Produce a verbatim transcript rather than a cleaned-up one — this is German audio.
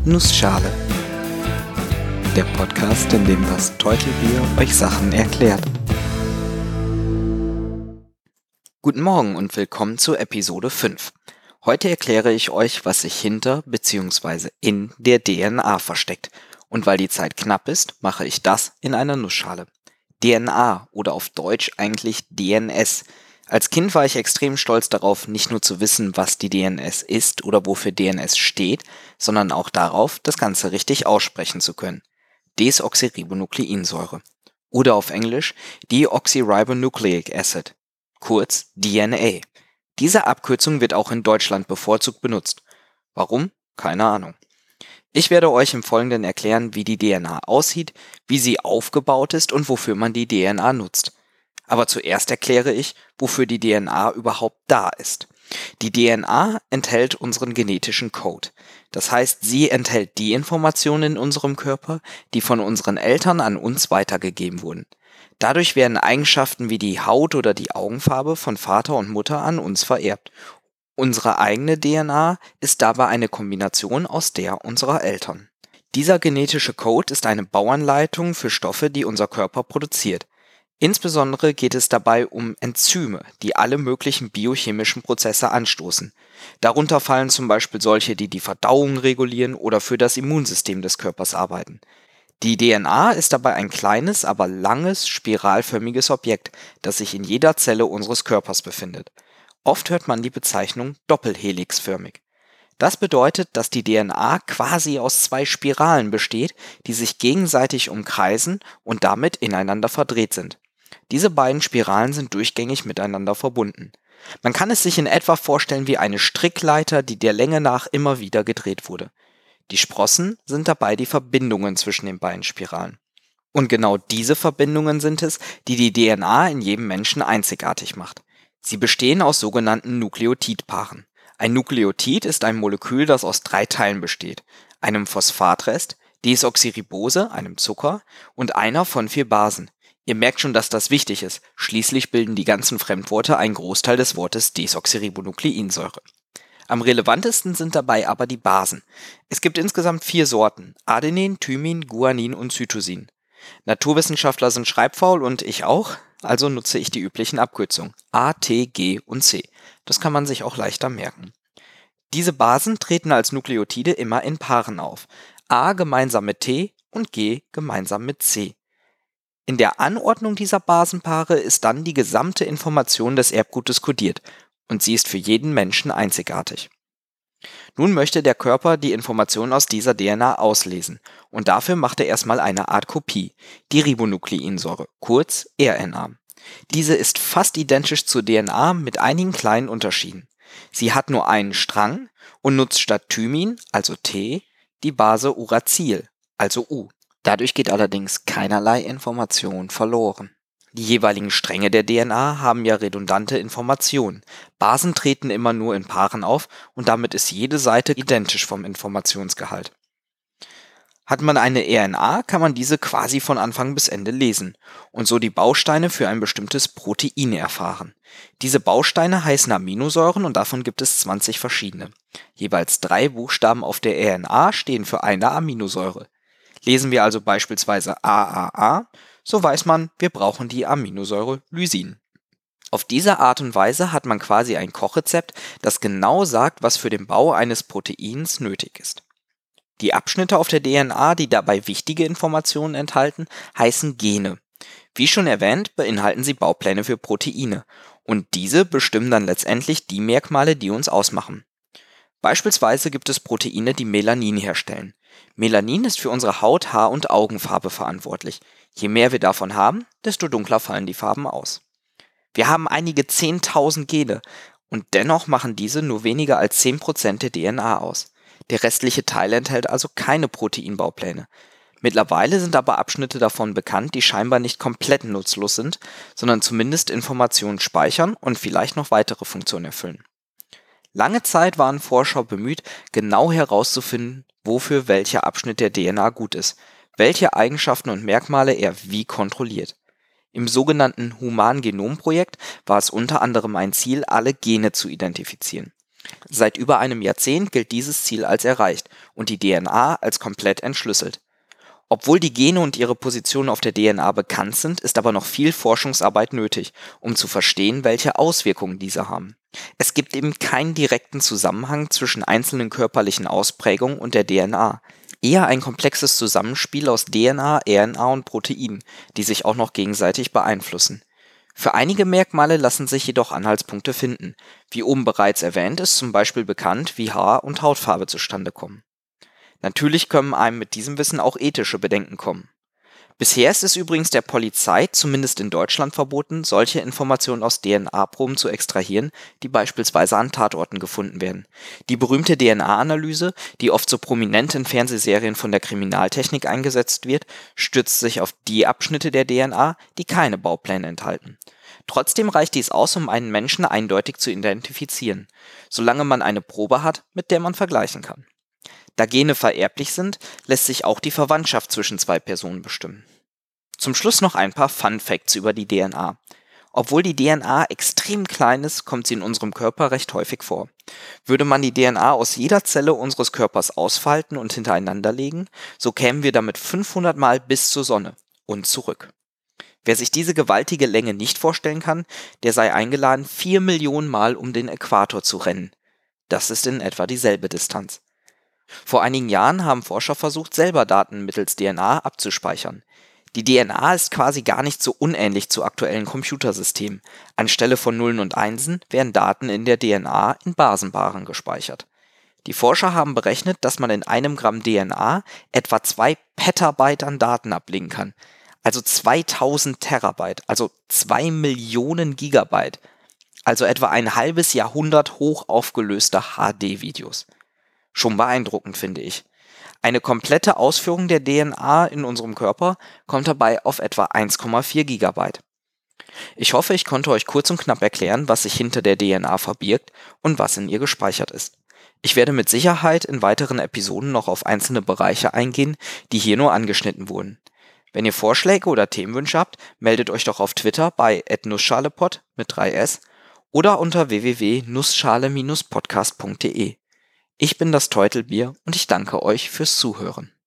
Nussschale. Der Podcast, in dem das Teutelbier euch Sachen erklärt. Guten Morgen und willkommen zu Episode fünf. Heute erkläre ich euch, was sich hinter bzw. in der D N A versteckt. Und weil die Zeit knapp ist, mache ich das in einer Nussschale. D N A oder auf Deutsch eigentlich D N S. Als Kind war ich extrem stolz darauf, nicht nur zu wissen, was die D N S ist oder wofür D N S steht, sondern auch darauf, das Ganze richtig aussprechen zu können. Desoxyribonukleinsäure. Oder auf Englisch Deoxyribonucleic Acid. Kurz D N A. Diese Abkürzung wird auch in Deutschland bevorzugt benutzt. Warum? Keine Ahnung. Ich werde euch im Folgenden erklären, wie die D N A aussieht, wie sie aufgebaut ist und wofür man die D N A nutzt. Aber zuerst erkläre ich, wofür die D N A überhaupt da ist. Die D N A enthält unseren genetischen Code. Das heißt, sie enthält die Informationen in unserem Körper, die von unseren Eltern an uns weitergegeben wurden. Dadurch werden Eigenschaften wie die Haut oder die Augenfarbe von Vater und Mutter an uns vererbt. Unsere eigene D N A ist dabei eine Kombination aus der unserer Eltern. Dieser genetische Code ist eine Bauanleitung für Stoffe, die unser Körper produziert. Insbesondere geht es dabei um Enzyme, die alle möglichen biochemischen Prozesse anstoßen. Darunter fallen zum Beispiel solche, die die Verdauung regulieren oder für das Immunsystem des Körpers arbeiten. Die D N A ist dabei ein kleines, aber langes, spiralförmiges Objekt, das sich in jeder Zelle unseres Körpers befindet. Oft hört man die Bezeichnung doppelhelixförmig. Das bedeutet, dass die D N A quasi aus zwei Spiralen besteht, die sich gegenseitig umkreisen und damit ineinander verdreht sind. Diese beiden Spiralen sind durchgängig miteinander verbunden. Man kann es sich in etwa vorstellen wie eine Strickleiter, die der Länge nach immer wieder gedreht wurde. Die Sprossen sind dabei die Verbindungen zwischen den beiden Spiralen. Und genau diese Verbindungen sind es, die die D N A in jedem Menschen einzigartig macht. Sie bestehen aus sogenannten Nukleotidpaaren. Ein Nukleotid ist ein Molekül, das aus drei Teilen besteht: einem Phosphatrest, Desoxyribose, einem Zucker, und einer von vier Basen. Ihr merkt schon, dass das wichtig ist. Schließlich bilden die ganzen Fremdworte einen Großteil des Wortes Desoxyribonukleinsäure. Am relevantesten sind dabei aber die Basen. Es gibt insgesamt vier Sorten: Adenin, Thymin, Guanin und Cytosin. Naturwissenschaftler sind schreibfaul und ich auch, also nutze ich die üblichen Abkürzungen A, T, G und C. Das kann man sich auch leichter merken. Diese Basen treten als Nukleotide immer in Paaren auf. A gemeinsam mit T und G gemeinsam mit C. In der Anordnung dieser Basenpaare ist dann die gesamte Information des Erbgutes kodiert und sie ist für jeden Menschen einzigartig. Nun möchte der Körper die Informationen aus dieser D N A auslesen und dafür macht er erstmal eine Art Kopie, die Ribonukleinsäure, kurz R N A. Diese ist fast identisch zur D N A mit einigen kleinen Unterschieden. Sie hat nur einen Strang und nutzt statt Thymin, also T, die Base Uracil, also U. Dadurch geht allerdings keinerlei Information verloren. Die jeweiligen Stränge der D N A haben ja redundante Informationen. Basen treten immer nur in Paaren auf und damit ist jede Seite identisch vom Informationsgehalt. Hat man eine R N A, kann man diese quasi von Anfang bis Ende lesen und so die Bausteine für ein bestimmtes Protein erfahren. Diese Bausteine heißen Aminosäuren und davon gibt es zwanzig verschiedene. Jeweils drei Buchstaben auf der R N A stehen für eine Aminosäure. Lesen wir also beispielsweise A A A, so weiß man, wir brauchen die Aminosäure Lysin. Auf diese Art und Weise hat man quasi ein Kochrezept, das genau sagt, was für den Bau eines Proteins nötig ist. Die Abschnitte auf der D N A, die dabei wichtige Informationen enthalten, heißen Gene. Wie schon erwähnt, beinhalten sie Baupläne für Proteine und diese bestimmen dann letztendlich die Merkmale, die uns ausmachen. Beispielsweise gibt es Proteine, die Melanin herstellen. Melanin ist für unsere Haut-, Haar- und Augenfarbe verantwortlich. Je mehr wir davon haben, desto dunkler fallen die Farben aus. Wir haben einige zehntausend Gene und dennoch machen diese nur weniger als zehn Prozent der D N A aus. Der restliche Teil enthält also keine Proteinbaupläne. Mittlerweile sind aber Abschnitte davon bekannt, die scheinbar nicht komplett nutzlos sind, sondern zumindest Informationen speichern und vielleicht noch weitere Funktionen erfüllen. Lange Zeit waren Forscher bemüht, genau herauszufinden, wofür welcher Abschnitt der D N A gut ist, welche Eigenschaften und Merkmale er wie kontrolliert. Im sogenannten Human-Genom-Projekt war es unter anderem ein Ziel, alle Gene zu identifizieren. Seit über einem Jahrzehnt gilt dieses Ziel als erreicht und die D N A als komplett entschlüsselt. Obwohl die Gene und ihre Position auf der D N A bekannt sind, ist aber noch viel Forschungsarbeit nötig, um zu verstehen, welche Auswirkungen diese haben. Es gibt eben keinen direkten Zusammenhang zwischen einzelnen körperlichen Ausprägungen und der D N A. Eher ein komplexes Zusammenspiel aus D N A, R N A und Proteinen, die sich auch noch gegenseitig beeinflussen. Für einige Merkmale lassen sich jedoch Anhaltspunkte finden. Wie oben bereits erwähnt, ist zum Beispiel bekannt, wie Haar- und Hautfarbe zustande kommen. Natürlich können einem mit diesem Wissen auch ethische Bedenken kommen. Bisher ist es übrigens der Polizei, zumindest in Deutschland, verboten, solche Informationen aus D N A-Proben zu extrahieren, die beispielsweise an Tatorten gefunden werden. Die berühmte D N A-Analyse, die oft so prominent in Fernsehserien von der Kriminaltechnik eingesetzt wird, stützt sich auf die Abschnitte der D N A, die keine Baupläne enthalten. Trotzdem reicht dies aus, um einen Menschen eindeutig zu identifizieren, solange man eine Probe hat, mit der man vergleichen kann. Da Gene vererblich sind, lässt sich auch die Verwandtschaft zwischen zwei Personen bestimmen. Zum Schluss noch ein paar Fun Facts über die D N A. Obwohl die D N A extrem klein ist, kommt sie in unserem Körper recht häufig vor. Würde man die D N A aus jeder Zelle unseres Körpers ausfalten und hintereinander legen, so kämen wir damit fünfhundert Mal bis zur Sonne und zurück. Wer sich diese gewaltige Länge nicht vorstellen kann, der sei eingeladen, vier Millionen Mal um den Äquator zu rennen. Das ist in etwa dieselbe Distanz. Vor einigen Jahren haben Forscher versucht, selber Daten mittels D N A abzuspeichern. Die D N A ist quasi gar nicht so unähnlich zu aktuellen Computersystemen. Anstelle von Nullen und Einsen werden Daten in der D N A in Basenpaaren gespeichert. Die Forscher haben berechnet, dass man in einem Gramm D N A etwa zwei Petabyte an Daten ablegen kann. Also zweitausend Terabyte, also zwei Millionen Gigabyte. Also etwa ein halbes Jahrhundert hoch aufgelöster H D-Videos. Schon beeindruckend, finde ich. Eine komplette Ausführung der D N A in unserem Körper kommt dabei auf etwa eins Komma vier Gigabyte. Ich hoffe, ich konnte euch kurz und knapp erklären, was sich hinter der D N A verbirgt und was in ihr gespeichert ist. Ich werde mit Sicherheit in weiteren Episoden noch auf einzelne Bereiche eingehen, die hier nur angeschnitten wurden. Wenn ihr Vorschläge oder Themenwünsche habt, meldet euch doch auf Twitter bei at nussschalepod mit drei S oder unter w w w punkt nussschale Bindestrich podcast punkt de. Ich bin das Teutelbier und ich danke euch fürs Zuhören.